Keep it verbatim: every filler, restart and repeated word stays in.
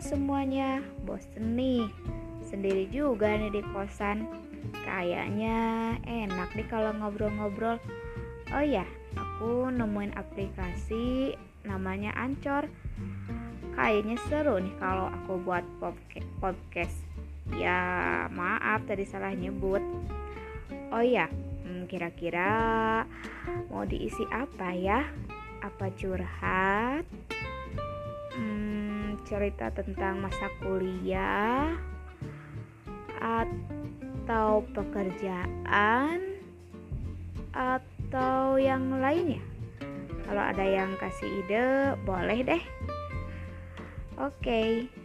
semuanya, bosen nih. Sendiri juga nih di kosan. Kayaknya enak nih kalau ngobrol-ngobrol. Oh ya, aku nemuin aplikasi namanya Anchor. Kayaknya seru nih kalau aku buat podca- podcast. Ya, maaf tadi salah nyebut. Oh ya, hmm, kira-kira mau diisi apa ya? Apa curhat? Hmm, cerita tentang masa kuliah atau pekerjaan atau yang lainnya? Kalau ada yang kasih ide, boleh deh. Oke.